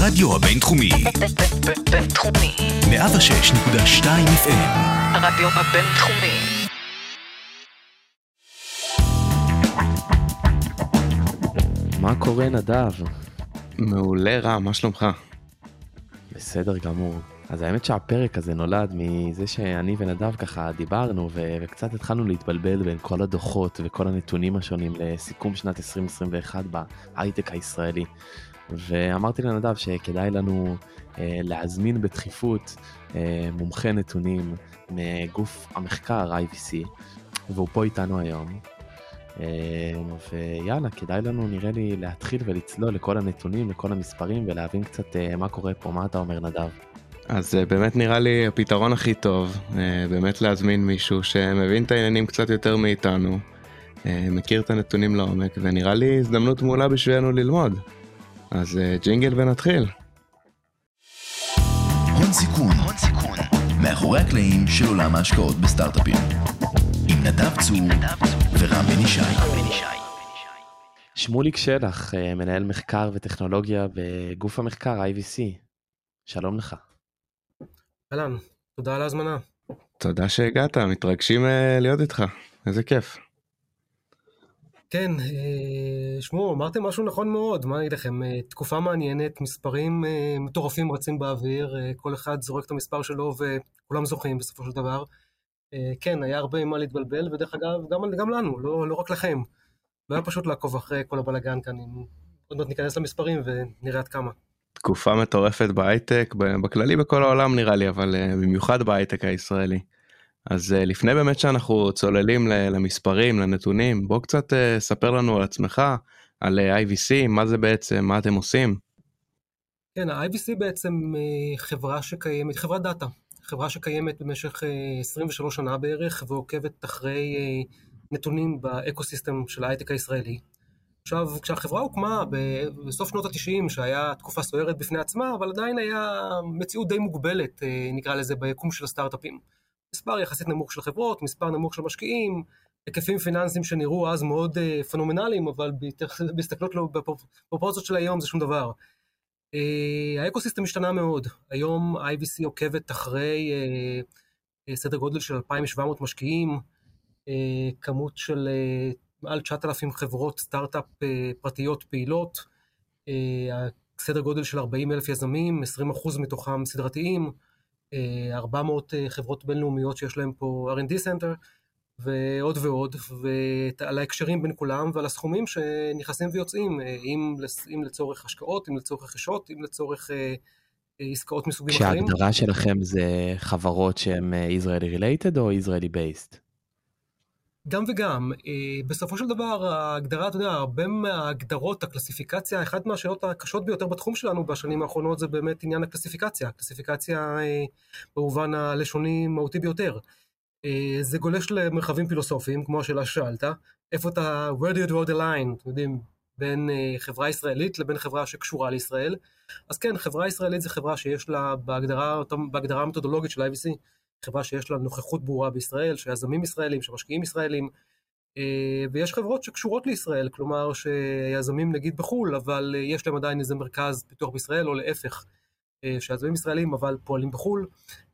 הרדיו הבינתחומי. בינתחומי. 106.2 FM. הרדיו הבינתחומי. מה קורה נדב? מעולה רם, מה שלומך? בסדר גמור. אז האמת שהפרק הזה נולד מזה שאני ונדב ככה דיברנו וקצת התחלנו להתבלבל בין כל הדוחות וכל הנתונים השונים לסיכום שנת 2021 בהייטק הישראלי. ואמרתי לנדב שכדאי לנו להזמין בדחיפות מומחה נתונים מגוף המחקר IVC, והוא פה איתנו היום. ויאללה, כדאי לנו נראה לי להתחיל ולצלול לכל הנתונים, לכל המספרים ולהבין קצת מה קורה פה. מה אתה אומר נדב? אז באמת נראה לי הפתרון הכי טוב, באמת להזמין מישהו שמבין את העניינים קצת יותר מאיתנו, מכיר את הנתונים לעומק, ונראה לי הזדמנות מעולה בשבילנו ללמוד. אז ג'ינגל ונתחיל. הון סיכון, מאחורי הקלעים של עולם ההשקעות בסטארט-אפים. עם נדב צור ורם בן ישי. שמוליק שלח, מנהל מחקר וטכנולוגיה בגוף המחקר IVC. שלום לך. אהלן, תודה על ההזמנה. תודה שהגעת, מתרגשים להיות איתך, איזה כיף. כן, שמעו, אמרתם משהו נכון מאוד, מה נגיד לכם, תקופה מעניינת, מספרים מטורפים רצים באוויר, כל אחד זורק את המספר שלו וכולם זוכים בסופו של דבר. כן, היה הרבה מה להתבלבל, ודרך אגב, גם לנו, לא רק לכם. לא היה פשוט לעקוב אחרי כל הבלגן כאן, עוד מעט ניכנס למספרים ונראה עד כמה. תקופה מטורפת בהייטק, בכללי בכל העולם נראה לי, אבל במיוחד בהייטק הישראלי. אז לפני באמת שאנחנו צוללים למספרים, לנתונים, בוא קצת ספר לנו על עצמך, על IVC, מה זה בעצם, מה אתם עושים? כן, ה-IVC בעצם חברה שקיימת, חברת דאטה, חברה שקיימת במשך 23 שנה בערך, ועוקבת אחרי נתונים באקוסיסטם של ההייטק הישראלי. עכשיו, כשהחברה הוקמה בסוף שנות ה-90, שהיה תקופה סוערת בפני עצמה, אבל עדיין היה מציאות די מוגבלת, נקרא לזה, ביקום של הסטארט-אפים. מספר יחסית נמוך של חברות, מספר נמוך של משקיעים, היקפים פיננסיים שנראו אז מאוד פנומנליים, אבל בהסתכלות בפרופורציות של היום זה שום דבר. האקוסיסטם השתנה מאוד. היום IVC עוקבת אחרי סדר גודל של 2,700 משקיעים, כמות של מעל 9,000 חברות סטארט-אפ פרטיות פעילות, סדר גודל של 40,000 יזמים, 20% מתוכם סדרתיים, 400 חברות בינלאומיות שיש להם פה R&D Center, ועוד ועוד, ועל ההקשרים בין כולם, ועל הסכומים שנכנסים ויוצאים, אם לצורך השקעות, אם לצורך רכישות, אם לצורך עסקאות מסוגים אחרים. שההגדרה שלכם זה חברות שהן Israeli related או Israeli based? גם וגם. בסופו של דבר, ההגדרה, אתה יודע, הרבה מההגדרות, הקלסיפיקציה, אחת מהשאלות הקשות ביותר בתחום שלנו בשנים האחרונות, זה באמת עניין הקלסיפיקציה. הקלסיפיקציה במובן הלשוני מהותי ביותר. זה גולש למרחבים פילוסופיים, כמו השאלה ששאלת, איפה אתה, where do you draw the line, אתם יודעים, בין חברה ישראלית לבין חברה שקשורה לישראל. אז כן, חברה ישראלית זה חברה שיש לה, בהגדרה המתודולוגית של IVC, חברה שיש לה נוכחות ברורה בישראל, שיזמים ישראלים, שמשקיעים ישראלים, ויש חברות שקשורות לישראל, כלומר שיזמים נגיד בחול, אבל יש להם עדיין איזה מרכז פיתוח בישראל, או להפך, שיזמים ישראלים אבל פועלים בחול,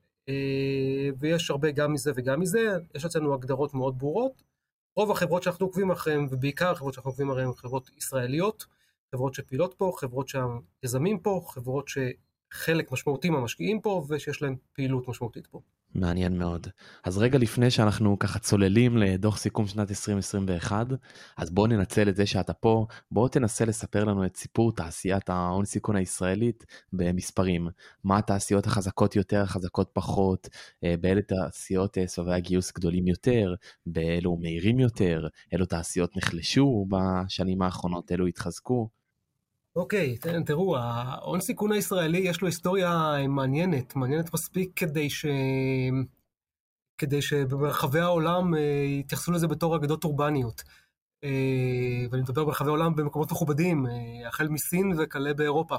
ויש הרבה גם מזה וגם מזה. יש אצלנו הגדרות מאוד ברורות. רוב החברות שאנחנו עוקבים אחריהן, ובעיקר החברות שאנחנו עוקבים אחריהן, חברות ישראליות, חברות שפעילות פה, חברות שהיזמים פה, חברות שחלק משמעותי מהמשקיעים פה, ושיש להם פעילות משמעותית פה. מעניין מאוד. אז רגע לפני שאנחנו ככה צוללים לדוח סיכום שנת 2021, אז בואו ננצל את זה שאתה פה, בואו תנסה לספר לנו את סיפור תעשיית ההון סיכון הישראלית במספרים. מה התעשיות החזקות יותר, חזקות פחות, באילו תעשיות סבבי הגיוס גדולים יותר, באילו מהירים יותר, אילו תעשיות נחלשו בשנים האחרונות, אילו התחזקו. אוקיי, תראו, ההון סיכון הישראלי יש לו היסטוריה מעניינת מספיק כדי שברחבי העולם יתייחסו לזה בתור אגדות אורבניות. ואני מדבר ברחבי העולם במקומות מכובדים, החל מסין וכלה באירופה.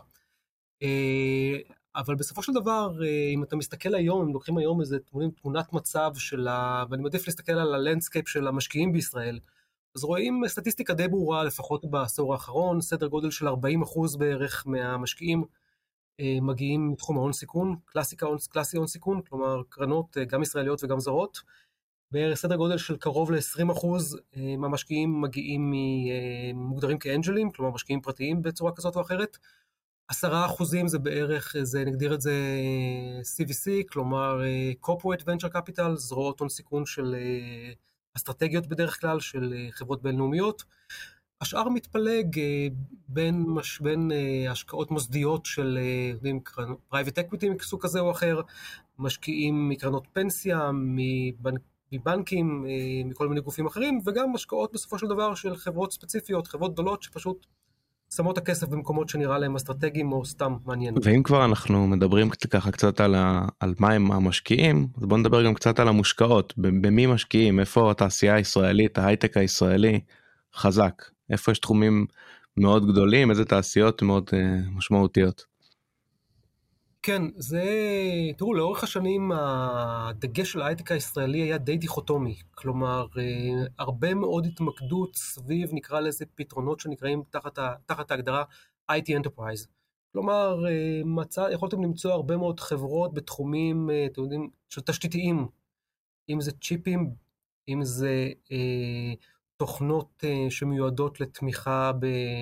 אבל בסופו של דבר, אם אתה מסתכל היום, אם לוקחים היום איזה תמונת מצב ואני מעדיף להסתכל על הלנדסקייפ של המשקיעים בישראל, אז רואים סטטיסטיקה די ברורה, לפחות בעשור האחרון, סדר גודל של 40% בערך מהמשקיעים מגיעים מתחום ההון סיכון, קלאסי הון סיכון, כלומר קרנות גם ישראליות וגם זרות. בערך סדר גודל של קרוב ל-20% מהמשקיעים מגיעים מוגדרים כאנג'לים, כלומר משקיעים פרטיים בצורה כזאת או אחרת. 10% זה בערך, נגדיר את זה CVC, כלומר Corporate Venture Capital, זרועות הון סיכון של אסטרטגיות בדרך כלל, של חברות בינלאומיות. השאר מתפלג בין השקעות מוסדיות של private equity מסוג כזה או אחר, משקיעים מקרנות פנסיה, מבנקים, מכל מיני גופים אחרים, וגם השקעות בסופו של דבר של חברות ספציפיות, חברות גדולות שפשוט שמות הכסף במקומות שנראה להם אסטרטגיים או סתם מעניין. ואם כבר אנחנו מדברים ככה קצת על מה הם המשקיעים, אז בואו נדבר גם קצת על המושקעות, במי משקיעים, איפה התעשייה הישראלית, ההייטק הישראלי חזק, איפה יש תחומים מאוד גדולים, איזה תעשיות מאוד משמעותיות. כן, תראו, לאורך השנים הדגש של ההייטק הישראלי היה די דיכוטומי, כלומר, הרבה מאוד התמקדות סביב, נקרא לזה פתרונות שנקראים תחת ההגדרה IT Enterprise. כלומר, יכולתם למצוא הרבה מאוד חברות בתחומים, אתם יודעים, של תשתיתיים, אם זה צ'יפים, אם זה תוכנות שמיועדות לתמיכה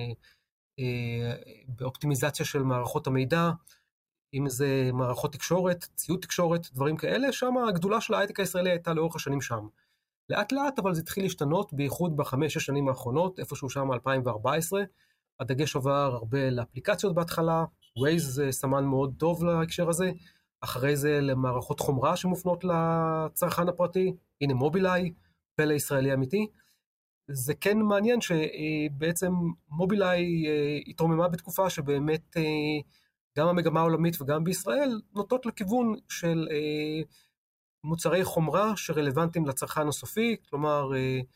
באופטימיזציה של מערכות המידע, אם זה מערכות תקשורת, ציוד תקשורת, דברים כאלה, שם הגדולה של ההייטק הישראלי הייתה לאורך השנים שם. לאט לאט, אבל זה התחיל להשתנות, בייחוד ב5-6 שנים האחרונות, איפשהו שם 2014, הדגש עבר הרבה לאפליקציות בהתחלה, Waze זה סמן מאוד טוב להקשר הזה, אחרי זה למערכות חומרה שמופנות לצרכן הפרטי, הנה מובילאיי, פלא ישראלי אמיתי. זה כן מעניין שבעצם מובילאיי התרוממה בתקופה שבאמת גם המגמה העולמית וגם בישראל נוטות לכיוון של מוצרי חומרה שרלוונטיים לצרכן הסופי, כלומר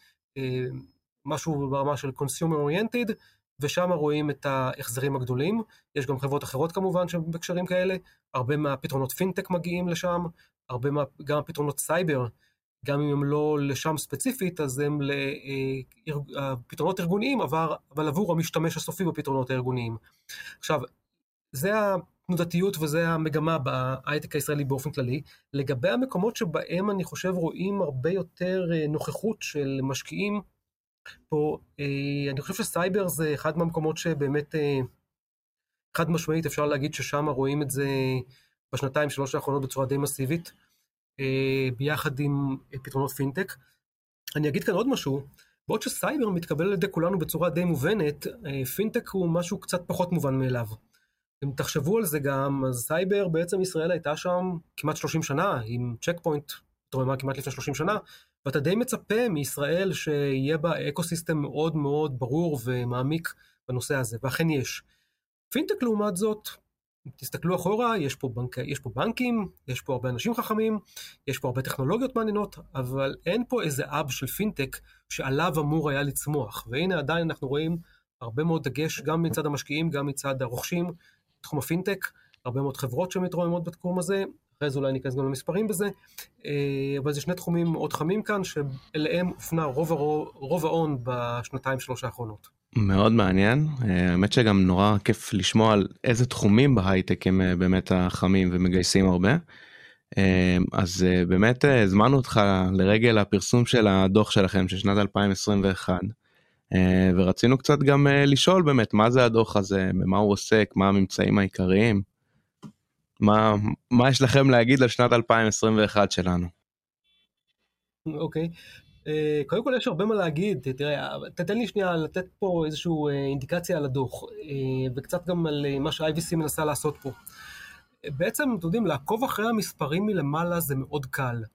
משהו ברמה של consumer oriented, ושם רואים את ההחזרים הגדולים. יש גם חברות אחרות כמובן שבקשרים כאלה, הרבה מהפתרונות פינטק מגיעים לשם, גם הפתרונות סייבר, גם אם הם לא לשם ספציפית, אז הם לפתרונות ארגוניים, אבל עבור המשתמש הסופי בפתרונות הארגוניים. עכשיו, זה התנודתיות וזה המגמה בהייטק הישראלי באופן כללי. לגבי המקומות שבהם אני חושב רואים הרבה יותר נוכחות של משקיעים פה, אני חושב שסייבר זה אחד מהמקומות שבאמת חד משמעית אפשר להגיד ששם רואים את זה בשנתיים-שלוש האחרונות בצורה די מסיבית, ביחד עם פתרונות פינטק. אני אגיד כאן עוד משהו, בעוד שסייבר מתקבל על ידי כולנו בצורה די מובנת, פינטק הוא משהו קצת פחות מובן מאליו. אם תחשבו על זה גם, אז סייבר בעצם ישראל הייתה שם כמעט 30 שנה, עם צ'ק פוינט, תרוממה כמעט לפני 30 שנה, ואתה די מצפה מישראל שיהיה בה אקוסיסטם מאוד מאוד ברור ומעמיק בנושא הזה, ואכן יש. פינטק לעומת זאת, תסתכלו אחורה, יש פה בנקים, יש פה הרבה אנשים חכמים, יש פה הרבה טכנולוגיות מעניינות, אבל אין פה איזה אב של פינטק שעליו אמור היה לצמוח, והנה עדיין אנחנו רואים הרבה מאוד דגש, גם מצד המשקיעים, גם מצד הרוכשים, בתחום הפינטק, הרבה מאוד חברות שמתרוממות בתחום הזה, אחרי זה אולי ניכנס גם למספרים בזה, אבל זה שני תחומים מאוד חמים כאן, שאליהם הופנה רוב ההון בשנתיים-שלוש האחרונות. מאוד מעניין, האמת שגם נורא כיף לשמוע על איזה תחומים בהייטק הם באמת החמים ומגייסים הרבה, אז באמת הזמנו אותך לרגל הפרסום של הדוח שלכם של שנת 2021, ורצינו קצת גם לשאול באמת מה זה הדוח הזה, במה הוא עוסק, מה הממצאים העיקריים, מה יש לכם להגיד על שנת 2021 שלנו? אוקיי, קודם כל יש הרבה מה להגיד, תראה, תתן לי שנייה לתת פה איזושהי אינדיקציה על הדוח, וקצת גם על מה שה-IVC מנסה לעשות פה. בעצם, אתם יודעים, לעקוב אחרי המספרים מלמעלה זה מאוד קל.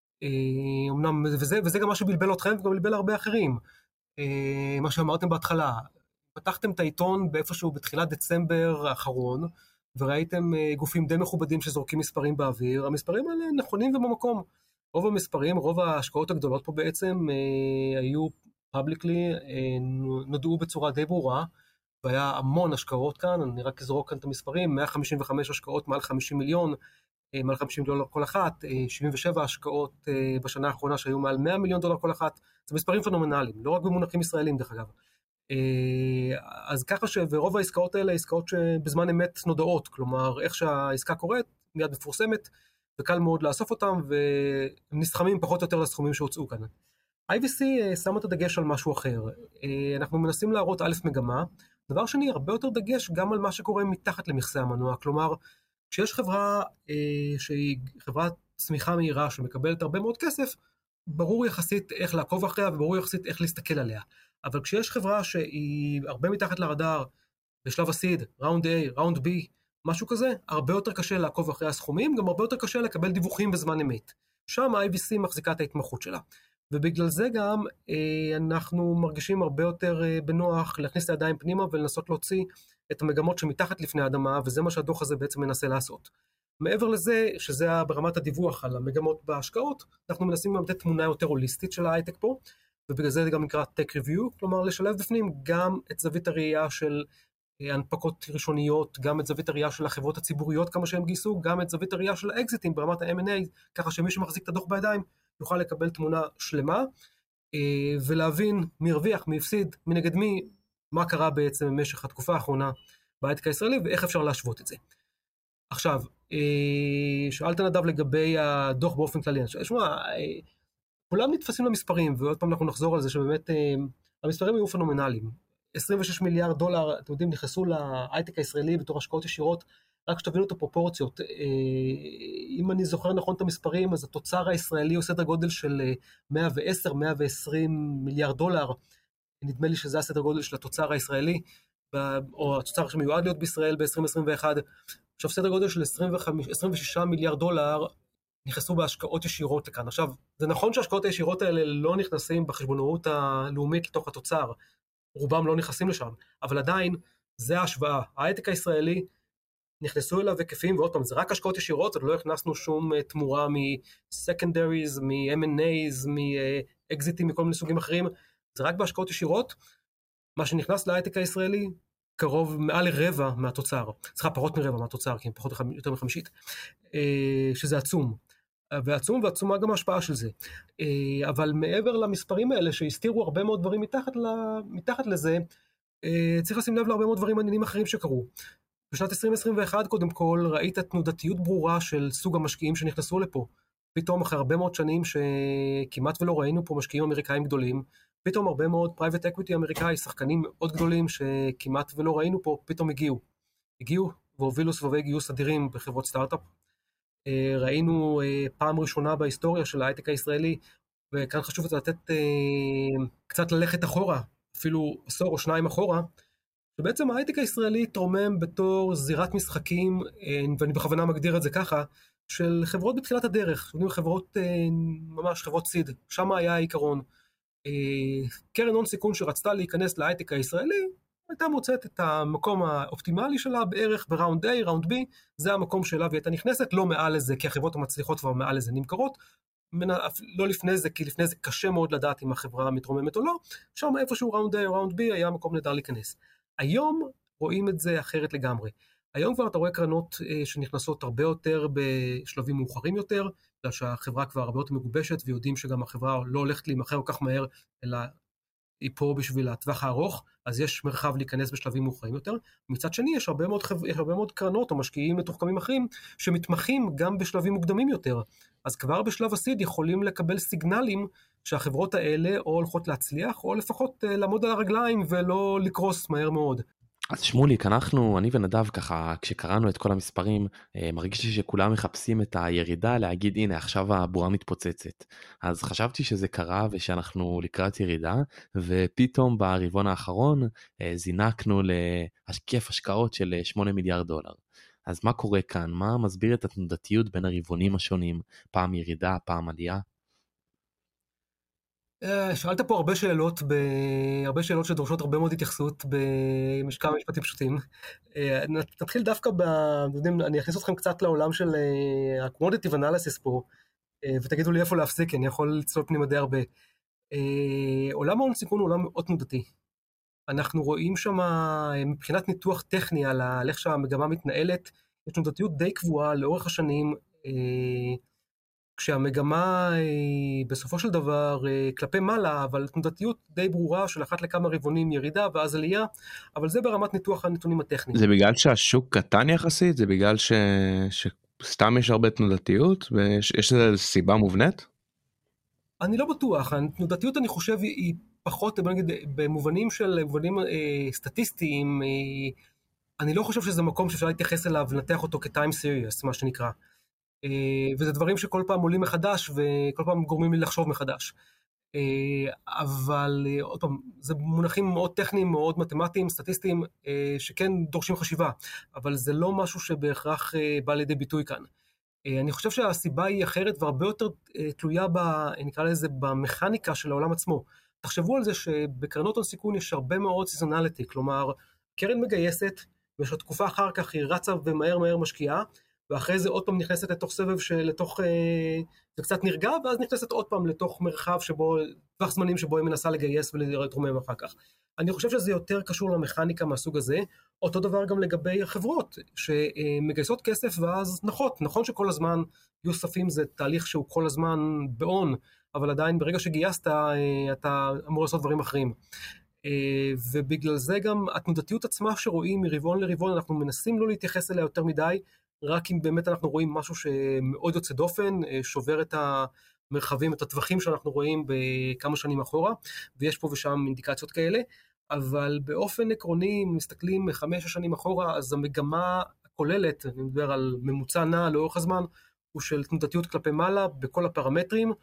אמנם, וזה גם מה שבלבל אתכם וגם בלבל הרבה אחרים. מה שאמרתם בהתחלה, פתחתם את העיתון באיפשהו בתחילת דצמבר האחרון, וראיתם גופים די מכובדים שזורקים מספרים באוויר, המספרים האלה נכונים ובמקום. רוב המספרים, רוב ההשקעות הגדולות פה בעצם היו publicly, נודעו בצורה די ברורה, והיה המון השקעות כאן, אני רק אזרוק כאן את המספרים, 155 השקעות מעל 50 מיליון, מעל 50 דולר כל אחת, 77 השקעות בשנה האחרונה שהיו מעל 100 מיליון דולר כל אחת, זה מספרים פנומנליים, לא רק במונחים ישראלים דרך אגב. אז ככה ורוב העסקאות האלה, עסקאות שבזמן אמת נודעות, כלומר, איך שהעסקה קורית, מיד מפורסמת, וקל מאוד לאסוף אותם, ונסכמים פחות או יותר לסכומים שהוצאו כאן. IVC שם את הדגש על משהו אחר. אנחנו מנסים להראות א' מגמה, דבר שני, הרבה יותר דגש גם על מה שקורה מתחת למכסה המנוע, כלומר, כשיש חברה שהיא חברת צמיחה מהירה שמקבלת הרבה מאוד כסף, ברור יחסית איך לעקוב אחריה וברור יחסית איך להסתכל עליה. אבל כשיש חברה שהיא הרבה מתחת לרדאר, בשלב הסיד, ראונד A, ראונד B, משהו כזה, הרבה יותר קשה לעקוב אחרי הסכומים, גם הרבה יותר קשה לקבל דיווחים בזמן אמת. שם ה-IVC מחזיקה את ההתמחות שלה. ובגלל זה גם אנחנו מרגישים הרבה יותר בנוח להכניס את הידיים פנימה ולנסות להוציא את המגמות שמתחת לפני האדמה, וזה מה שהדוח הזה בעצם מנסה לעשות. מעבר לזה, שזה ברמת הדיווח על המגמות בהשקעות, אנחנו מנסים לתת תמונה יותר הוליסטית של ההייטק פה, ובגלל זה גם נקרא Tech Review, כלומר לשלב בפנים גם את זווית הראייה של הנפקות ראשוניות, גם את זווית הראייה של החברות הציבוריות כמה שהם גייסו, גם את זווית הראייה של האקזיטים ברמת ה-M&A, ככה שמי שמחזיק את הדוח בידיים יוכל לקבל תמונה שלמה, ולהבין מי הרוויח, מי הפסיד, מי נגד מי, מה קרה בעצם במשך התקופה האחרונה בהייטק הישראלי, ואיך אפשר להשוות את זה. עכשיו, שאלת נדב לגבי הדוח באופן כללי, שמע, כולם נתפסים למספרים, ועוד פעם אנחנו נחזור על זה, שבאמת המספרים היו פנומנליים. 26 מיליארד דולר, אתם יודעים, נכנסו להייטק הישראלי בתור השקעות ישירות, רק שתבינו את הפרופורציות. אם אני זוכר נכון את המספרים, אז התוצר הישראלי הוא סדר גודל של 110-120 מיליארד דולר, נדמה לי שזה הסדר גודל של התוצר הישראלי, או התוצר שמיועד להיות בישראל ב-2021, עכשיו סדר גודל של 26 מיליארד דולר, נכנסו בהשקעות ישירות לכאן. עכשיו, זה נכון שההשקעות הישירות האלה לא נכנסים בחשבונאות הלאומית לתוך התוצר, רובם לא נכנסים לשם, אבל עדיין זה ההשוואה. ההייטק הישראלי נכנסו אליו היקפים, ועוד פעם, זה רק השקעות ישירות, עוד לא הכנסנו שום תמורה מ-secondaries, מ-M&As, מ-exitים, מכל מיני סוגים אחרים, זה רק בהשקעות ישירות, מה שנכנס להייטק הישראלי, קרוב מעל לרבע מהתוצר, צריכה פחות מרבע מהתוצר, כי פחות יותר מחמישית, שזה עצום. ועצומה גם ההשפעה של זה. אבל מעבר למספרים האלה, שהסתירו הרבה מאוד דברים מתחת לזה, צריך לשים לב להרבה מאוד דברים מעניינים אחרים שקרו. בשנת 2021, קודם כל, ראית תנודתיות ברורה של סוג המשקיעים שנכנסו לפה. פתאום אחרי הרבה מאוד שנים שכמעט ולא ראינו פה משקיעים אמריקאים גדולים, פתאום הרבה מאוד פרייבט אקוויטי אמריקאי, שחקנים מאוד גדולים שכמעט ולא ראינו פה, פתאום הגיעו והובילו סבבי גיוס אדירים בחברות סטארט-אפ. ראינו פעם ראשונה בהיסטוריה של ההייטק הישראלי, וכאן חשוב לתת קצת ללכת אחורה, אפילו עשור או שניים אחורה, שבעצם ההייטק הישראלי תרומם בתור זירת משחקים, ואני בכוונה מגדיר את זה ככה, של חברות בתחילת הדרך, חברות ממש חברות סיד, שם היה העיקרון. קרן הון סיכון שרצתה להיכנס להייטק הישראלי, הייתה מוצאת את המקום האופטימלי שלה בערך בראונד A, ראונד B, זה המקום שאליו היא הייתה נכנסת, לא מעל לזה, כי החברות המצליחות כבר מעל לזה נמכרות, לא לפני זה, כי לפני זה קשה מאוד לדעת אם החברה מתרוממת או לא, שם איפשהו ראונד A או ראונד B היה מקום נהדר להיכנס. היום רואים את זה אחרת לגמרי. היום כבר אתה רואה קרנות שנכנסות הרבה יותר בשלבים מאוחרים יותר, בגלל שהחברה כבר הרבה יותר מגובשת, ויודעים שגם החברה לא הולכת להימכר כל כך מהר, אלא היא פה בשביל הטווח הארוך, אז יש מרחב להיכנס בשלבים מאוחרים יותר. מצד שני, יש הרבה מאוד קרנות או משקיעים מתוחכמים אחרים, שמתמחים גם בשלבים מוקדמים יותר. אז כבר בשלב הסיד יכולים לקבל סיגנלים שהחברות האלה או הולכות להצליח, או לפחות לעמוד על הרגליים ולא לקרוס מהר מאוד. אז שמוליק, אני ונדב ככה, כשקראנו את כל המספרים, מרגישתי שכולם מחפשים את הירידה, להגיד הנה עכשיו הבועה מתפוצצת. אז חשבתי שזה קרה ושאנחנו לקראת ירידה, ופתאום ברבעון האחרון זינקנו להיקף השקעות של 8 מיליארד דולר. אז מה קורה כאן? מה מסביר את התנודתיות בין הרבעונים השונים? פעם ירידה, פעם עלייה? שאלת פה הרבה שאלות שדורשות הרבה מאוד התייחסות במשקע משפטים פשוטים. נתחיל דווקא אני אכניס אתכם קצת לעולם של ה-commodity analysis פה, ותגידו לי איפה להפסיק, כי אני יכול לצלול פנימה די הרבה. עולם ההון סיכון הוא עולם מאוד תנודתי. אנחנו רואים שם מבחינת ניתוח טכני על איך שהמגמה מתנהלת, יש תנודתיות די קבועה לאורך השנים, כשהמגמה היא בסופו של דבר כלפי מעלה, אבל תנודתיות די ברורה של אחת לכמה רבעונים ירידה ואז עלייה, אבל זה ברמת ניתוח הנתונים הטכניים. זה בגלל שהשוק קטן יחסית? זה בגלל שסתם יש הרבה תנודתיות? ויש איזו סיבה מובנית? אני לא בטוח, התנודתיות אני חושב היא פחות, נגיד, במובנים סטטיסטיים, אני לא חושב שזה מקום שאפשר להתייחס אליו ולנתח אותו כ-time series, מה שנקרא. וזה דברים שכל פעם עולים מחדש, וכל פעם גורמים לי לחשוב מחדש. אבל עוד פעם, זה מונחים מאוד טכניים, מאוד מתמטיים, סטטיסטיים, שכן דורשים חשיבה, אבל זה לא משהו שבהכרח בא לידי ביטוי כאן. אני חושב שהסיבה היא אחרת והרבה יותר תלויה נקרא לזה במכניקה של העולם עצמו. תחשבו על זה שבקרנות הון סיכון יש הרבה מאוד סיזונליטי, כלומר, קרן מגייסת, ויש תקופה אחר כך היא רצה ומהר משקיעה, ואחרי זה עוד פעם נכנסת לתוך סבב זה קצת נרגע, ואז נכנסת עוד פעם לתוך מרחב שבו, טווח זמנים שבו היא מנסה לגייס ולהתרומם אחר כך. אני חושב שזה יותר קשור למכניקה מהסוג הזה, אותו דבר גם לגבי החברות, שמגייסות כסף ואז נכון שכל הזמן יוספים זה תהליך שהוא כל הזמן בעון, אבל עדיין ברגע שגייסת, אתה אמור לעשות דברים אחרים. ובגלל זה גם התנודתיות עצמה שרואים מרבעון לרבעון, אנחנו מנסים לא להתייחס אליה יותר מדי, רק אם באמת אנחנו רואים משהו שמאוד יוצא דופן, שובר את המרחבים, את הטווחים שאנחנו רואים בכמה שנים אחורה, ויש פה ושם אינדיקציות כאלה, אבל באופן עקרוני, אם מסתכלים 5 שנים אחורה, אז המגמה הכוללת, אני מדבר על ממוצע נע לאורך הזמן, הוא של תנודתיות כלפי מעלה בכל הפרמטרים,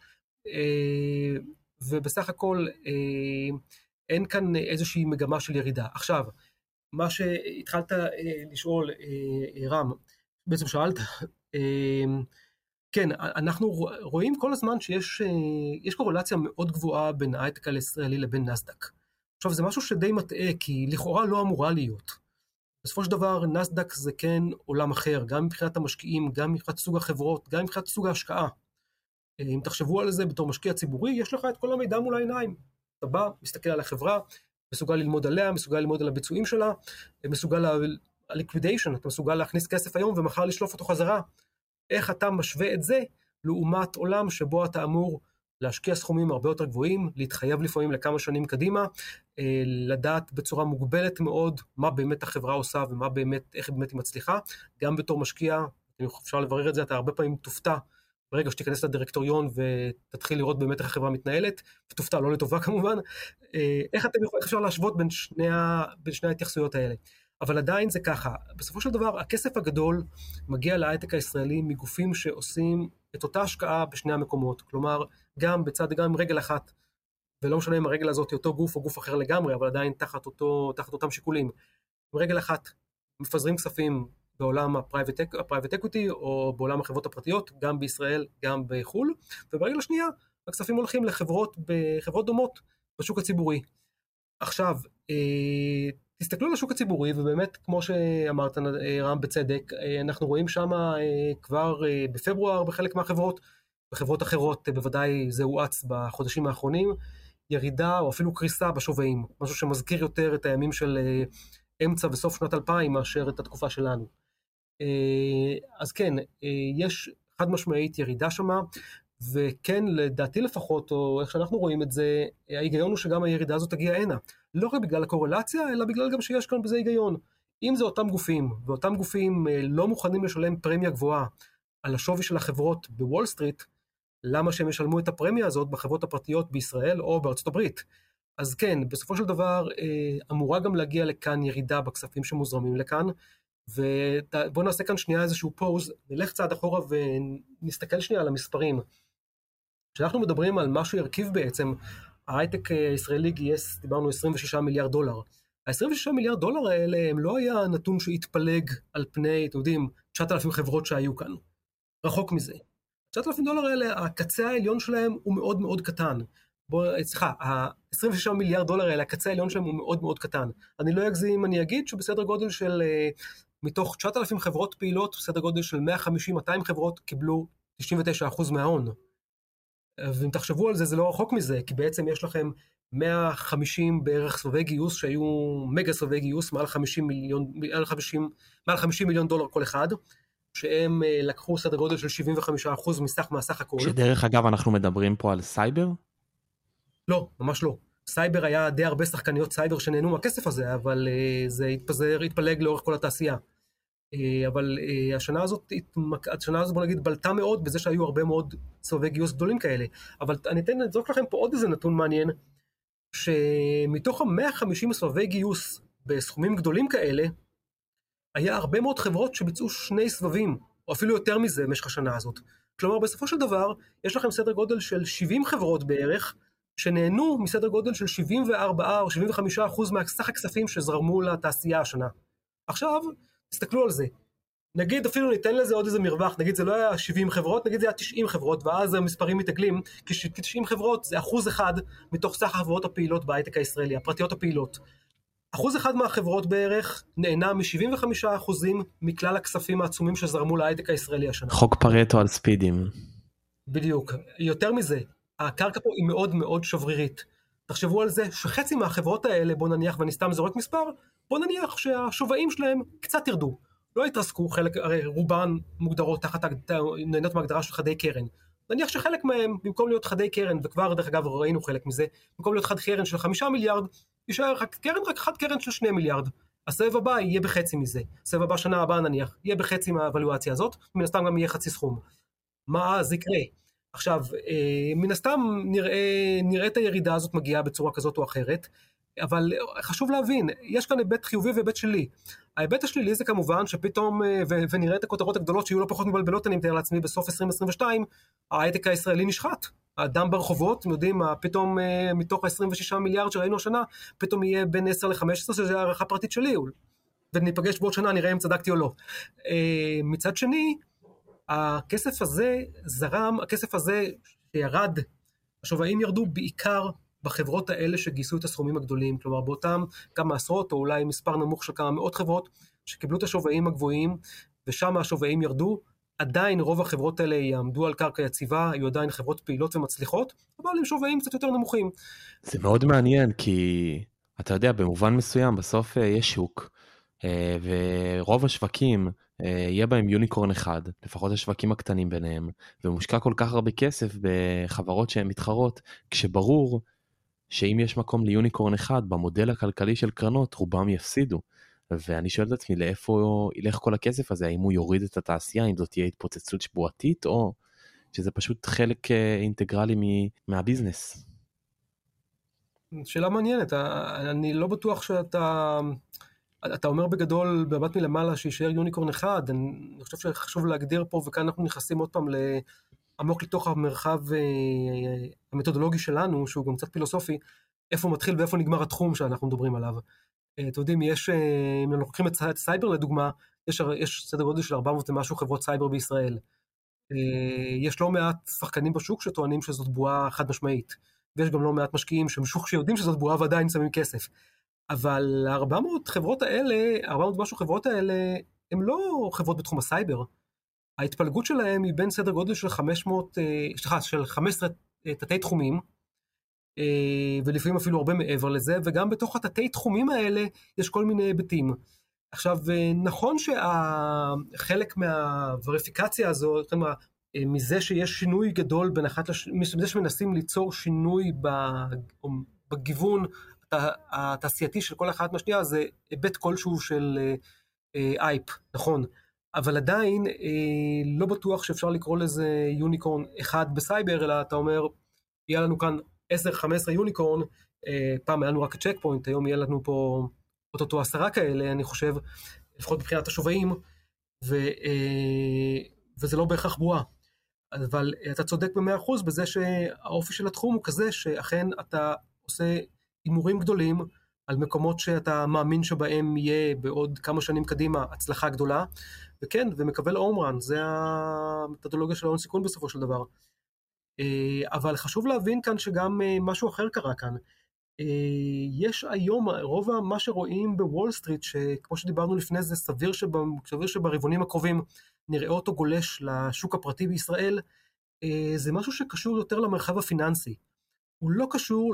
ובסך הכל אין כאן איזושהי מגמה של ירידה. עכשיו, מה שהתחלת לשאול, רם, בעצם שאלת, כן, אנחנו רואים כל הזמן שיש קורלציה מאוד גבוהה בין ההייטק הישראלי לבין נסדק. עכשיו, זה משהו שדי מטעה, כי לכאורה לא אמורה להיות. בסופו של דבר, נסדק זה כן עולם אחר, גם מבחינת המשקיעים, גם מבחינת סוג החברות, גם מבחינת סוג ההשקעה. אם תחשבו על זה בתור משקיע ציבורי, יש לך את כל המידע מול העיניים. אתה בא, מסתכל על החברה, מסוגל ללמוד עליה, מסוגל ללמוד על הביצועים שלה, מסוגל ה-liquidation, אתה מסוגל להכניס כסף היום ומחר לשלוף אותו חזרה. איך אתה משווה את זה לעומת עולם שבו אתה אמור להשקיע סכומים הרבה יותר גבוהים, להתחייב לפעמים לכמה שנים קדימה, לדעת בצורה מוגבלת מאוד מה באמת החברה עושה ומה באמת, איך באמת היא מצליחה. גם בתור משקיע, אפשר לברר את זה, אתה הרבה פעמים תופתע ברגע שתיכנס לדירקטוריון ותתחיל לראות באמת איך החברה מתנהלת, ותופתע לא לטובה כמובן, איך אפשר להשוות בין שני ההתייחסויות האלה. אבל עדיין זה ככה, בסופו של דבר הכסף הגדול מגיע להייטק הישראלי מגופים שעושים את אותה השקעה בשני המקומות, כלומר גם בצד, גם עם רגל אחת, ולא משנה אם הרגל הזאת היא אותו גוף או גוף אחר לגמרי, אבל עדיין תחת אותם שיקולים. עם רגל אחת מפזרים כספים בעולם ה-private equity או בעולם החברות הפרטיות, גם בישראל, גם בחול, וברגל השנייה הכספים הולכים לחברות דומות בשוק הציבורי. עכשיו, תסתכלו על השוק הציבורי, ובאמת, כמו שאמרת, רם, בצדק, אנחנו רואים שם כבר בפברואר בחלק מהחברות, בחברות אחרות בוודאי זה הואץ בחודשים האחרונים, ירידה או אפילו קריסה בשווים, משהו שמזכיר יותר את הימים של אמצע וסוף שנת 2000 מאשר את התקופה שלנו. אז כן, יש חד משמעית ירידה שמה, וכן, לדעתי לפחות, או איך שאנחנו רואים את זה, ההיגיון הוא שגם הירידה הזאת תגיע הנה. לא רק בגלל הקורלציה, אלא בגלל גם שיש כאן בזה היגיון. אם זה אותם גופים, ואותם גופים לא מוכנים לשלם פרמיה גבוהה על השווי של החברות בוול סטריט, למה שהם ישלמו את הפרמיה הזאת בחברות הפרטיות בישראל או בארצות הברית? אז כן, בסופו של דבר אמורה גם להגיע לכאן ירידה בכספים שמוזרמים לכאן, ובואו נעשה כאן שנייה איזשהו פוז, נלך צעד אחורה ונסתכל שנייה על המספרים. כשאנחנו מדברים על משהו ירכיב בעצם, ההייטק הישראלי גייס, דיברנו 26 מיליארד דולר. ה-26 מיליארד דולר האלה הם לא היה נתון שהתפלג על פני, אתם יודעים, 9,000 חברות שהיו כאן. רחוק מזה. 9,000 דולר האלה, הקצה העליון שלהם הוא מאוד מאוד קטן. ה-26 מיליארד דולר האלה, הקצה העליון שלהם הוא מאוד מאוד קטן. אני לא אגזים אם אני אגיד שבסדר גודל של, מתוך 9,000 חברות פעילות, בסדר גודל של 150-200 חברות קיבלו 99% מההון. ואם תחשבו על זה, זה לא רחוק מזה, כי בעצם יש לכם 150 בערך סבבי גיוס, שהיו מגה סבבי גיוס, מעל 50 מיליון דולר כל אחד, שהם לקחו סדר גודל של 75% מהסך הכל. שדרך אגב אנחנו מדברים פה על סייבר? לא, ממש לא. סייבר היה די הרבה שחקניות סייבר שנהנו מהכסף הזה, אבל זה התפלג לאורך כל התעשייה. אבל השנה הזאת בוא נגיד בלטה מאוד בזה שהיו הרבה מאוד סבבי גיוס גדולים כאלה. אבל אני אזרוק לכם פה עוד איזה נתון מעניין, שמתוך ה-150 סבבי גיוס בסכומים גדולים כאלה, היה הרבה מאוד חברות שביצעו 2 סבבים, או אפילו יותר מזה במשך השנה הזאת. כלומר, בסופו של דבר, יש לכם סדר גודל של 70 חברות בערך, שנהנו מסדר גודל של 74 או 75% מהסך הכספים שזרמו לתעשייה השנה. עכשיו, תסתכלו על זה. נגיד אפילו ניתן לזה עוד איזה מרווח, נגיד זה לא היה 70 חברות, נגיד זה היה 90 חברות, ואז המספרים מתעגלים, כי 90 חברות זה 1% מתוך סך החברות הפעילות בהייטק הישראלי, הפרטיות הפעילות. 1% מהחברות בערך נהנה מ-75% מכלל הכספים העצומים שזרמו להייטק הישראלי השנה. חוק פרטו על ספידים. בדיוק. יותר מזה, הקרקע פה היא מאוד מאוד שברירית. תחשבו על זה שחצי מהחברות האלה, בוא נניח, ואני סתם זורק מספר, בוא נניח שהשווים שלהם קצת ירדו. לא התרסקו, חלק, הרי רובן מוגדרות תחת נהנות מהגדרה של חדי קרן. נניח שחלק מהם, במקום להיות חדי קרן, וכבר דרך אגב ראינו חלק מזה, במקום להיות חד קרן של 5 מיליארד, יישאר רק חד קרן של 2 מיליארד. הסבב הבא יהיה בחצי מזה. הסבב הבא שנה הבאה נניח, יהיה בחצי מהאבלואציה הזאת, מן הסתם גם יהיה חצי סכום. מה אז יקרה? עכשיו, מן הסתם נראה את הירידה הזאת מגיעה בצורה כזאת או אחרת, אבל חשוב להבין, יש כאן היבט חיובי והיבט שלילי. ההיבט השלילי זה כמובן שפתאום, ונראה את הכותרות הגדולות שיהיו לא פחות מבלבלות, אני מתאר לעצמי בסוף 2022, ההייטק הישראלי נשחט. האדם ברחובות, אתם יודעים, פתאום מתוך ה-26 מיליארד שראינו השנה, פתאום יהיה בין 10 ל-15, שזה הערכה פרטית שלי, וניפגש בעוד שנה, נראה אם צדקתי או לא. מצד שני, הכסף הזה זרם, הכסף הזה שירד, השווים ירדו בעיקר בחברות האלה שגייסו את הסכומים הגדולים, כלומר באותם כמה עשרות או אולי מספר נמוך של כמה מאות חברות שקיבלו את השווים הגבוהים, ושם השווים ירדו. עדיין רוב החברות האלה יעמדו על קרקע יציבה, היו עדיין חברות פעילות ומצליחות, אבל עם שווים קצת יותר נמוכים. זה מאוד מעניין, כי אתה יודע, במובן מסוים בסוף יש שוק, ורוב השווקים יהיה בהם יוניקורן אחד, לפחות השווקים הקטנים ביניהם, ומושקע כל כך הרבה כסף בחברות שהן מתחרות, כשברור שאם יש מקום ליוניקורן אחד, במודל הכלכלי של קרנות, רובם יפסידו. ואני שואל את עצמי, לאיפה ילך כל הכסף הזה? האם הוא יוריד את התעשייה, אם זאת תהיה התפוצצות שבועתית, או שזה פשוט חלק אינטגרלי מהביזנס? שאלה מעניינת, אני לא בטוח שאתה אומר בגדול, במבט מלמעלה, שישאר יוניקורן אחד. אני חושב שחשוב להגדיר פה, וכאן אנחנו נכנסים עוד פעם עמוק לתוך המרחב המתודולוגי שלנו, שהוא גם קצת פילוסופי, איפה מתחיל ואיפה נגמר התחום שאנחנו מדברים עליו. אתם יודעים, אם אנחנו לוקחים את סייבר לדוגמה, יש סדר גודל של 400 ומשהו חברות סייבר בישראל. יש לא מעט שחקנים בשוק שטוענים שזאת בועה חד משמעית, ויש גם לא מעט משקיעים שיודעים שזאת בועה ועדיין שמים כסף. אבל 400 חברות האלה, 400 ומשהו חברות האלה, הן לא חברות בתחום הסייבר. ההתפלגות שלהם היא בין סדר גודל של 15 תתי תחומים, ולפעמים אפילו הרבה מעבר לזה, וגם בתוך התתי תחומים האלה יש כל מיני היבטים. עכשיו, נכון שחלק מהווריפיקציה הזו, מזה שיש שינוי גדול מזה שמנסים ליצור שינוי בגיוון התעשייתי של כל אחת מהשנייה, זה היבט כלשהו של אייפ, נכון. אבל עדיין לא בטוח שאפשר לקרוא לזה יוניקורן אחד בסייבר, אלא אתה אומר, יהיה לנו כאן 10-15 יוניקורן, פעם היה לנו רק צ'ק פוינט, היום יהיה לנו פה אותו 10 כאלה, אני חושב, לפחות מבחינת השווים, וזה לא בהכרח בועה. אבל אתה צודק ב100% בזה שהאופי של התחום הוא כזה, שאכן אתה עושה אימורים גדולים, על מקומות שאתה מאמין שבהם יהיה בעוד כמה שנים קדימה הצלחה גדולה, וכן, ומקבל אומרן, זה המתודולוגיה של ההון סיכון בסופו של דבר. אבל חשוב להבין כאן שגם משהו אחר קרה כאן. יש היום, רוב מה שרואים בוול סטריט, שכמו שדיברנו לפני זה, סביר שברבעונים הקרובים נראה אותו גולש לשוק הפרטי בישראל, זה משהו שקשור יותר למרחב הפיננסי. הוא לא קשור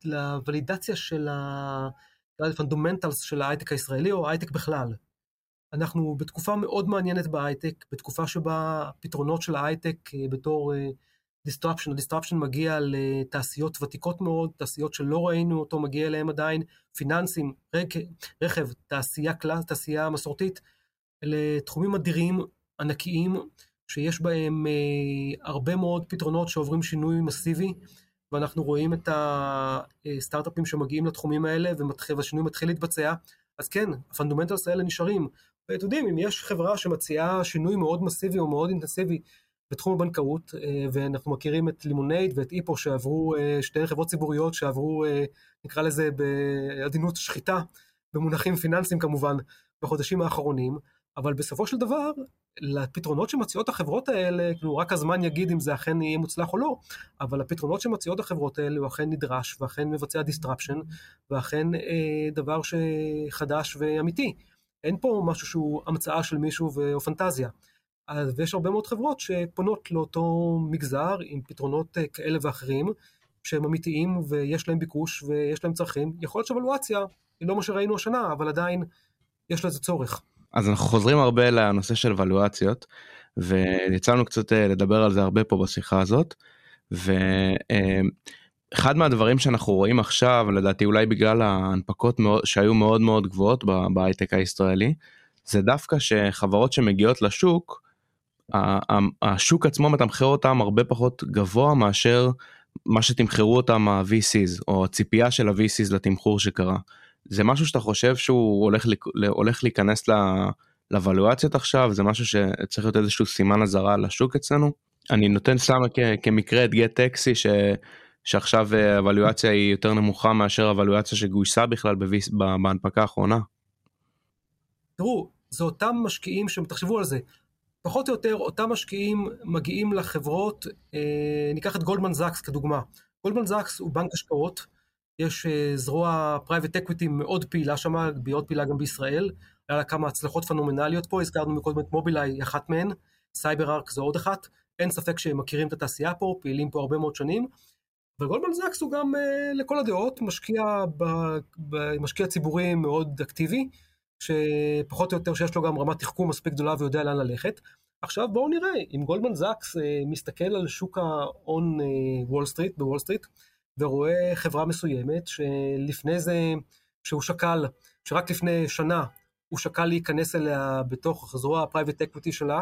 לוולידציה של הפונדמנטלס של ההייטק הישראלי, או ההייטק בכלל. אנחנו בתקופה מאוד מעניינת בהייטק, בתקופה שבה פתרונות של ההייטק בתור disruption מגיע לתעשיות ותיקות מאוד, תעשיות שלא ראינו אותו מגיע אליהם עדיין, פיננסים, רכב, תעשייה מסורתית, אלה תחומים אדירים, ענקיים, שיש בהם הרבה מאוד פתרונות שעוברים שינוי מסיבי, ואנחנו רואים את הסטארט-אפים שמגיעים לתחומים האלה, והשינוי מתחיל להתבצע, אז כן, הפונדמנטלס האלה נשארים. ואתם יודעים, אם יש חברה שמציעה שינוי מאוד מסיבי או מאוד אינטנסיבי בתחום הבנקאות, ואנחנו מכירים את לימונייד ואת איפו שעברו, שתי חברות ציבוריות שעברו, נקרא לזה בעדינות שחיטה, במונחים פיננסיים כמובן, בחודשים האחרונים, אבל בסופו של דבר, לפתרונות שמציעות החברות האלה, כאילו רק הזמן יגיד אם זה אכן יהיה מוצלח או לא, אבל הפתרונות שמציעות החברות האלה הוא אכן נדרש, ואכן מבצע disruption, ואכן דבר שחדש ואמיתי. אין פה משהו שהוא המצאה של מישהו או פנטזיה. ויש הרבה מאוד חברות שפונות לאותו מגזר עם פתרונות כאלה ואחרים, שהם אמיתיים ויש להם ביקוש ויש להם צרכים. יכול להיות שאבלואציה היא לא מה שראינו השנה, אבל עדיין יש לזה צורך. אז אנחנו חוזרים הרבה לנושא של אבלואציות, ויצאנו קצת לדבר על זה הרבה פה בשיחה הזאת, ואחד מהדברים שאנחנו רואים עכשיו, לדעתי אולי בגלל ההנפקות שהיו מאוד מאוד גבוהות בהייטק הישראלי, זה דווקא שחברות שמגיעות לשוק, השוק עצמו מתמחר אותם הרבה פחות גבוה מאשר מה שתמחרו אותם ה-VCs, או הציפייה של ה-VCs לתמחור שקרה. זה משהו שאתה חושב שהוא הולך להיכנס לאבלואציות עכשיו? זה משהו שצריך להיות איזשהו סימן הזרה לשוק אצלנו? אני נותן סתם כמקרה את גט-טקסי, שעכשיו האבלואציה היא יותר נמוכה מאשר האבלואציה שגויסה בכלל בהנפקה האחרונה. תראו, זה אותם משקיעים תחשבו על זה, פחות או יותר אותם משקיעים מגיעים לחברות, ניקח את גולדמן זאקס כדוגמה. גולדמן זאקס הוא בנק השקעות, יש זרוע פרייבט אקוויטי מאוד פעילה שם, מאוד פעילה גם בישראל, היה לה כמה הצלחות פנומנליות פה, הזכרנו מקודם את מובילאיי, היא אחת מהן, סייבר ארק זו עוד אחת, אין ספק שהם מכירים את התעשייה פה, פעילים פה הרבה מאוד שנים, וגולדמן זאקס הוא גם לכל הדעות משקיע ציבורי מאוד אקטיבי, שפחות או יותר שיש לו גם רמת תחכום מספיק גדולה ויודע לאן ללכת. עכשיו בואו נראה, אם גולדמן זאקס מסתכל על שוק ההון וול סטריט, בוול סטריט, ורואה חברה מסוימת שלפני זה, שהוא שקל, שרק לפני שנה הוא שקל להיכנס אליה בתוך זרוע הפרייבט אקוויטי שלה,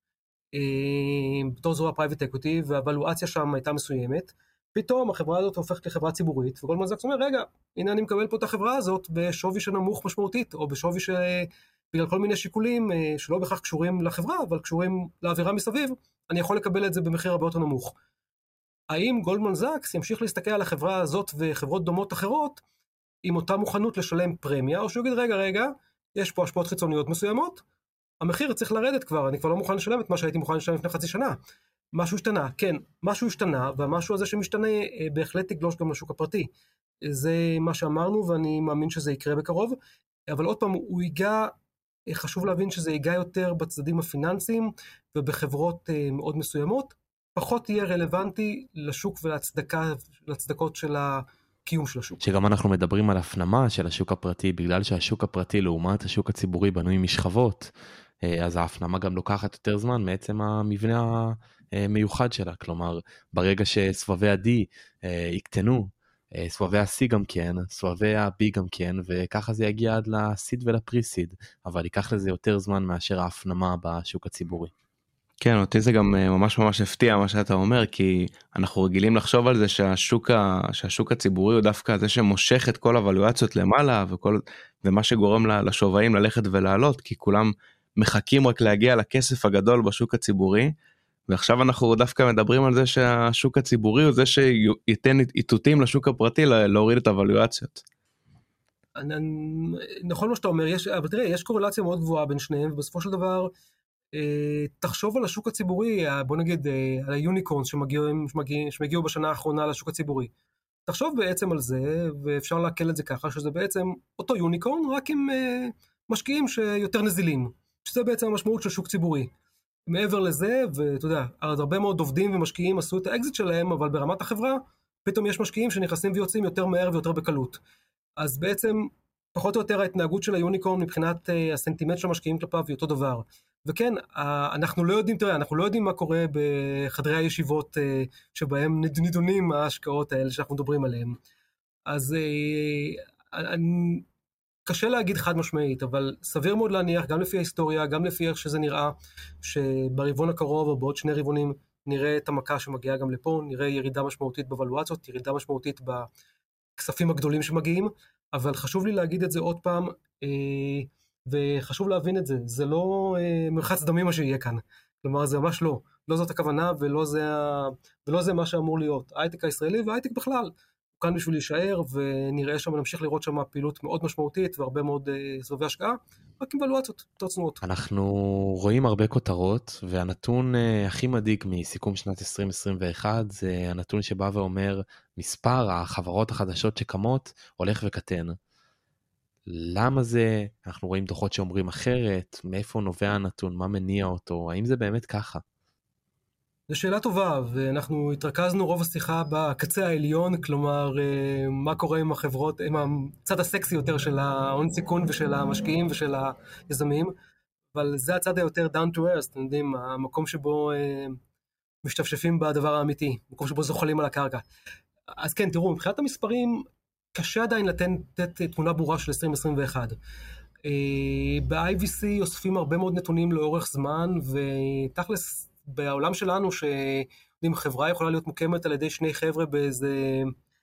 בתור זרוע הפרייבט אקוויטי, והאבלואציה שם הייתה מסוימת, פתאום החברה הזאת הופכת לחברה ציבורית, וגולדמן זאקס אומר, רגע, הנה אני מקבל פה את החברה הזאת בשווי שנמוך משמעותית, או בשווי שבגלל כל מיני שיקולים שלא בכך קשורים לחברה, אבל קשורים לאווירה מסביב, אני יכול לקבל את זה במחיר הרבה יותר נמוך. האם גולדמן זאקס ימשיך להסתכל על החברה הזאת וחברות דומות אחרות, עם אותה מוכנות לשלם פרמיה, או שהוא יגיד, רגע, יש פה השפעות חיצוניות מסוימות, המחיר צריך לרדת כבר, אני כבר לא מוכן לשלם את מה שהייתי מוכן לשלם לפני חצי שנה. משהו השתנה, כן, משהו השתנה, והמשהו הזה שמשתנה בהחלט יגלוש גם לשוק הפרטי. זה מה שאמרנו, ואני מאמין שזה יקרה בקרוב, אבל עוד פעם, הוא ייגע, חשוב להבין שזה ייגע יותר בצדדים הפיננסיים, ובחברות מאוד מסוימות, פחות יהיה רלוונטי לשוק ולהצדקות של הקיום של השוק. שגם אנחנו מדברים על הפנמה של השוק הפרטי, בגלל שהשוק הפרטי לעומת השוק הציבורי בנוי משכבות, אז ההפנמה גם לוקחת יותר זמן מעצם המבנה המיוחד שלה, כלומר ברגע שסבבי ה-D יקטנו, סבבי ה-C גם כן, סבבי ה-B גם כן, וככה זה יגיע עד ל-Seed ול-Pre-Seed, אבל ייקח לזה יותר זמן מאשר ההפנמה בשוק הציבורי. כן, אותי זה גם ממש ממש הפתיע מה שאתה אומר, כי אנחנו רגילים לחשוב על זה שהשוק הציבורי הוא דווקא זה שמושך את כל הוולואציות למעלה, ומה שגורם לשווים ללכת ולעלות, כי כולם מחכים רק להגיע לכסף הגדול בשוק הציבורי, ועכשיו אנחנו דווקא מדברים על זה שהשוק הציבורי הוא זה שייתן איתותים לשוק הפרטי להוריד את הוולואציות. נכון מה שאתה אומר, אבל תראה, יש קורלציה מאוד גבוהה בין שניהם, ובסופו של דבר, תחשוב על השוק הציבורי, בוא נגיד על היוניקורנס שמגיעו בשנה האחרונה לשוק הציבורי. תחשוב בעצם על זה, ואפשר להקל את זה ככה, שזה בעצם אותו יוניקורן, רק עם משקיעים שיותר נזילים, שזה בעצם המשמעות של שוק ציבורי. מעבר לזה, ואתה יודע, הרבה מאוד עובדים ומשקיעים עשו את האקזיט שלהם, אבל ברמת החברה, פתאום יש משקיעים שנכנסים ויוצאים יותר מהר ויותר בקלות. אז בעצם פחות או יותר ההתנהגות של היוניקורן מבחינת הסנטימנט של המשקיעים כלפיו היא אותו דבר. וכן, אנחנו לא יודעים, תראה, אנחנו לא יודעים מה קורה בחדרי הישיבות שבהם נידונים ההשקעות האלה שאנחנו מדברים עליהם. אז קשה להגיד חד משמעית, אבל סביר מאוד להניח, גם לפי ההיסטוריה, גם לפי איך שזה נראה, שברבעון הקרוב או בעוד 2 רבעונים נראה את המכה שמגיעה גם לפה, נראה ירידה משמעותית בוולואציות, ירידה משמעותית בכספים הגדולים שמגיעים, אבל חשוב לי להגיד את זה עוד פעם, וחשוב להבין את זה, זה לא מרחץ דמים מה שיהיה כאן, כלומר זה ממש לא, לא זאת הכוונה ולא זה מה שאמור להיות, ההייטק הישראלי וההייטק בכלל, כאן בשביל להישאר, ונראה שם, נמשיך לראות שם פעילות מאוד משמעותית, והרבה מאוד סבבי השקעה, רק עם ולואציות, תוצאות. אנחנו רואים הרבה כותרות, והנתון הכי מדאיג מסיכום שנת 2021, זה הנתון שבא ואומר, מספר החברות החדשות שקמות, הולך וקטן. למה זה? אנחנו רואים דוחות שאומרים אחרת, מאיפה נובע הנתון, מה מניע אותו, האם זה באמת ככה? זו שאלה טובה, ואנחנו התרכזנו רוב השיחה בקצה העליון, כלומר, מה קורה עם החברות, עם הצד הסקסי יותר של ההון סיכון ושל המשקיעים ושל היזמים, אבל זה הצד היותר down to earth, אתם יודעים, המקום שבו משתפשפים בדבר האמיתי, מקום שבו זוחלים על הקרקע. אז כן, תראו, מבחינת המספרים, קשה עדיין לתת תמונה ברורה של 2021. ב-IVC אוספים הרבה מאוד נתונים לאורך זמן, ותכלס, בעולם שלנו, שאם חברה יכולה להיות מוקמת על ידי 2 חבר'ה באיזה,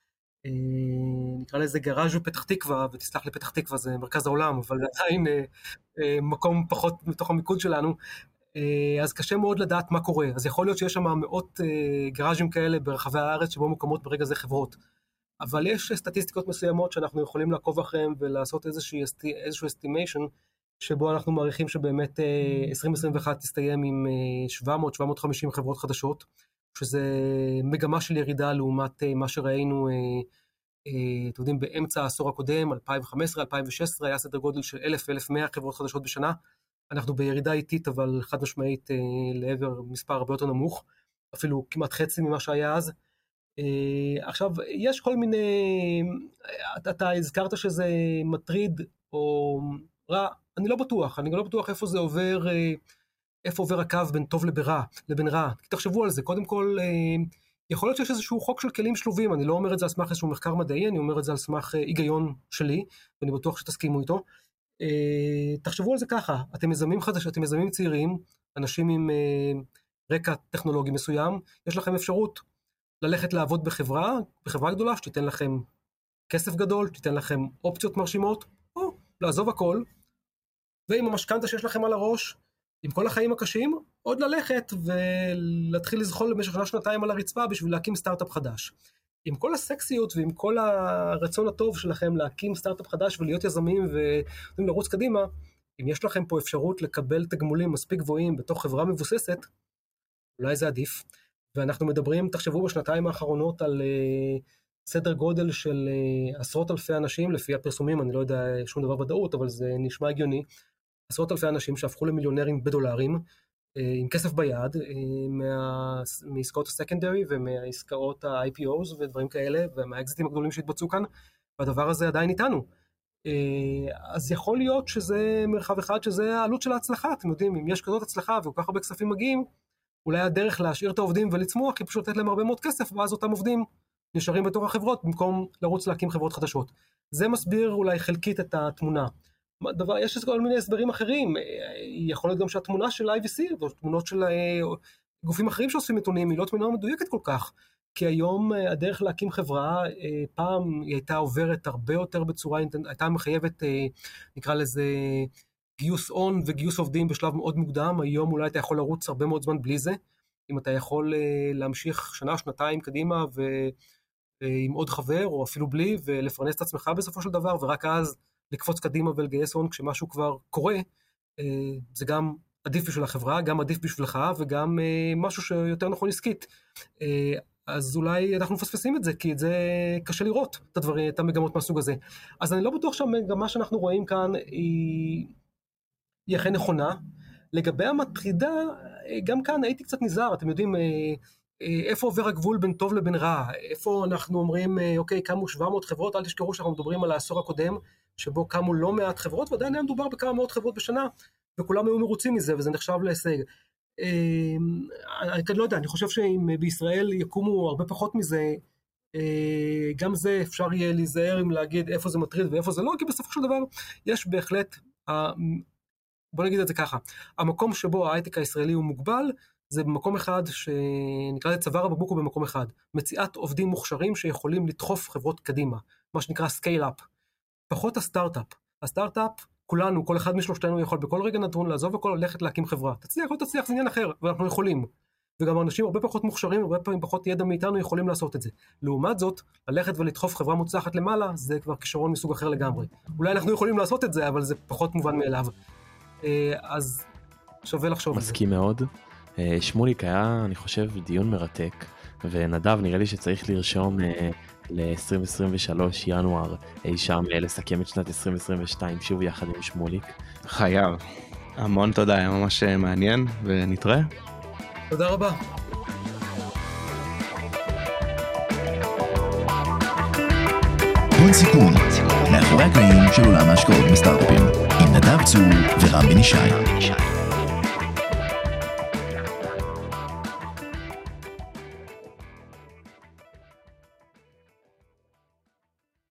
נקרא לזה גראז' בפתח תקווה, ותסלח לי פתח תקווה, זה מרכז העולם, אבל עדיין מקום פחות מתוך המיקוד שלנו, אז קשה מאוד לדעת מה קורה. אז יכול להיות שיש שם מאות גראז'ים כאלה ברחבי הארץ, שבו מוקמות ברגע זה חברות. אבל יש סטטיסטיקות מסוימות שאנחנו יכולים לעקוב אחריהם, ולעשות איזשהו estimation, שבו אנחנו מעריכים שבאמת 2021 תסתיים עם 700-750 חברות חדשות, שזה מגמה של ירידה לעומת מה שראינו, אתם יודעים, באמצע העשור הקודם, 2015-2016, היה סדר גודל של 1,000-1,100 חברות חדשות בשנה, אנחנו בירידה איטית, אבל חד משמעית לעבר מספר הרבה יותר נמוך, אפילו כמעט חצי ממה שהיה אז. עכשיו, יש כל מיני, אתה הזכרת שזה מטריד או רע, אני לא בטוח איפה זה עובר, איפה עובר הקו בין טוב לבין רע. תחשבו על זה, קודם כל, יכול להיות שיש איזשהו חוק של כלים שלובים, אני לא אומר את זה על סמך איזשהו מחקר מדעי, אני אומר את זה על סמך היגיון שלי, ואני בטוח שתסכימו איתו. תחשבו על זה ככה, אתם יזמים צעירים, אנשים עם רקע טכנולוגי מסוים, יש לכם אפשרות ללכת לעבוד בחברה גדולה, שתיתן לכם כסף גדול, שתיתן לכם אופציות מרשימות, או לעזוב הכל, ועם המשכנתה שיש לכם על הראש, עם כל החיים הקשים, עוד ללכת ולהתחיל לזחול במשך 1-2 על הרצפה בשביל להקים סטארט-אפ חדש. עם כל הסקסיות ועם כל הרצון הטוב שלכם להקים סטארט-אפ חדש ולהיות יזמים ולרוץ קדימה, אם יש לכם פה אפשרות לקבל תגמולים מספיק גבוהים בתוך חברה מבוססת, אולי זה עדיף. ואנחנו מדברים, תחשבו בשנתיים האחרונות על סדר גודל של עשרות אלפי אנשים, לפי הפרסומים, אני לא יודע שום דבר ודאות, אבל זה נשמע הגיוני, עשרות אלפי אנשים שהפכו למיליונרים בדולרים, עם כסף ביד, מעסקאות הסקנדרי ומעסקאות ה-IPOs ודברים כאלה, ומהאקזיטים הגדולים שהתבצעו כאן, והדבר הזה עדיין איתנו. אז יכול להיות שזה מרחב אחד, שזה העלות של ההצלחה, אתם יודעים, אם יש כזאת הצלחה וכל כך הרבה כספים מגיעים, אולי הדרך להשאיר את העובדים ולצמוח, היא פשוט לתת להם הרבה מאוד כסף, ואז אותם עובדים נשארים בתוך החברות, במקום לרוץ להקים חברות חדשות. זה מסביר אולי חלקית את התמונה. יש כל מיני הסברים אחרים, יכול להיות גם שהתמונה של IVC, או תמונות של גופים אחרים שעושים נתונים, היא לא תמונה מדויקת כל כך, כי היום הדרך להקים חברה, פעם היא הייתה עוברת הרבה יותר בצורה, הייתה מחייבת, נקרא לזה, גיוס הון וגיוס עובדים בשלב מאוד מוקדם, היום אולי אתה יכול לרוץ הרבה מאוד זמן בלי זה, אם אתה יכול להמשיך שנה, שנתיים קדימה, ועם עוד חבר, או אפילו בלי, ולפרנס את עצמך בסופו של דבר, ורק אז לקפוץ קדימה ולגייס הון כשמשהו כבר קורה, זה גם עדיף בשביל החברה, גם עדיף בשבילך, וגם משהו שיותר נכון עסקית. אז אולי אנחנו מפספסים את זה, כי את זה קשה לראות, את המגמות מהסוג הזה. אז אני לא בטוח שהמגמה שאנחנו רואים כאן היא אכן נכונה. לגבי המטרידה, גם כאן הייתי קצת נזהר, אתם יודעים, איפה עובר הגבול בין טוב לבין רע, איפה אנחנו אומרים, אוקיי, קמו 700 חברות, אל תשכחו שאנחנו מדברים על העשור הקודם, שבו קמו לא מעט חברות, ועדיין היה מדובר בכמה מאות חברות בשנה, וכולם היו מרוצים מזה, וזה נחשב להישג. אני לא יודע, אני חושב שאם בישראל יקומו הרבה פחות מזה, גם זה אפשר יהיה להיזהר אם להגיד איפה זה מטריד ואיפה זה לא, כי בסופו של דבר יש בהחלט, בוא נגיד את זה ככה, המקום שבו ההייטק הישראלי הוא מוגבל, זה במקום אחד שנקרא לזה צוואר הבקבוק הוא במקום אחד, מציאת עובדים מוכשרים שיכולים לדחוף חברות קדימה, מה שנקרא סקייל-אפ, פחות הסטארט-אפ. הסטארט-אפ, כולנו, כל אחד משלושתנו יכול בכל רגע נתון לעזוב וכל ללכת להקים חברה. תצליח, לא תצליח, זה עניין אחר, ואנחנו יכולים. וגם אנשים הרבה פחות מוכשרים, הרבה פעמים פחות ידע מאיתנו יכולים לעשות את זה. לעומת זאת, ללכת ולדחוף חברה מוצלחת למעלה, זה כבר כישרון מסוג אחר לגמרי. אולי אנחנו יכולים לעשות את זה, אבל זה פחות מובן מאליו. אז שווה לחשוב על זה. מסכים מאוד. שמוליק, היה, אני חושב, דיון מרתק, ונדב, נראה לי שצריך לרשום ל-2023 ינואר אי שם לסכם את שנת 2022 שוב יחד עם שמוליק. חייב. המון תודה, היה ממש מעניין, ונתראה. תודה רבה. הון סיכון, מאחורי הקלעים של עולם ההשקעות בסטארט-אפים, עם נדב צור ורם בן ישי.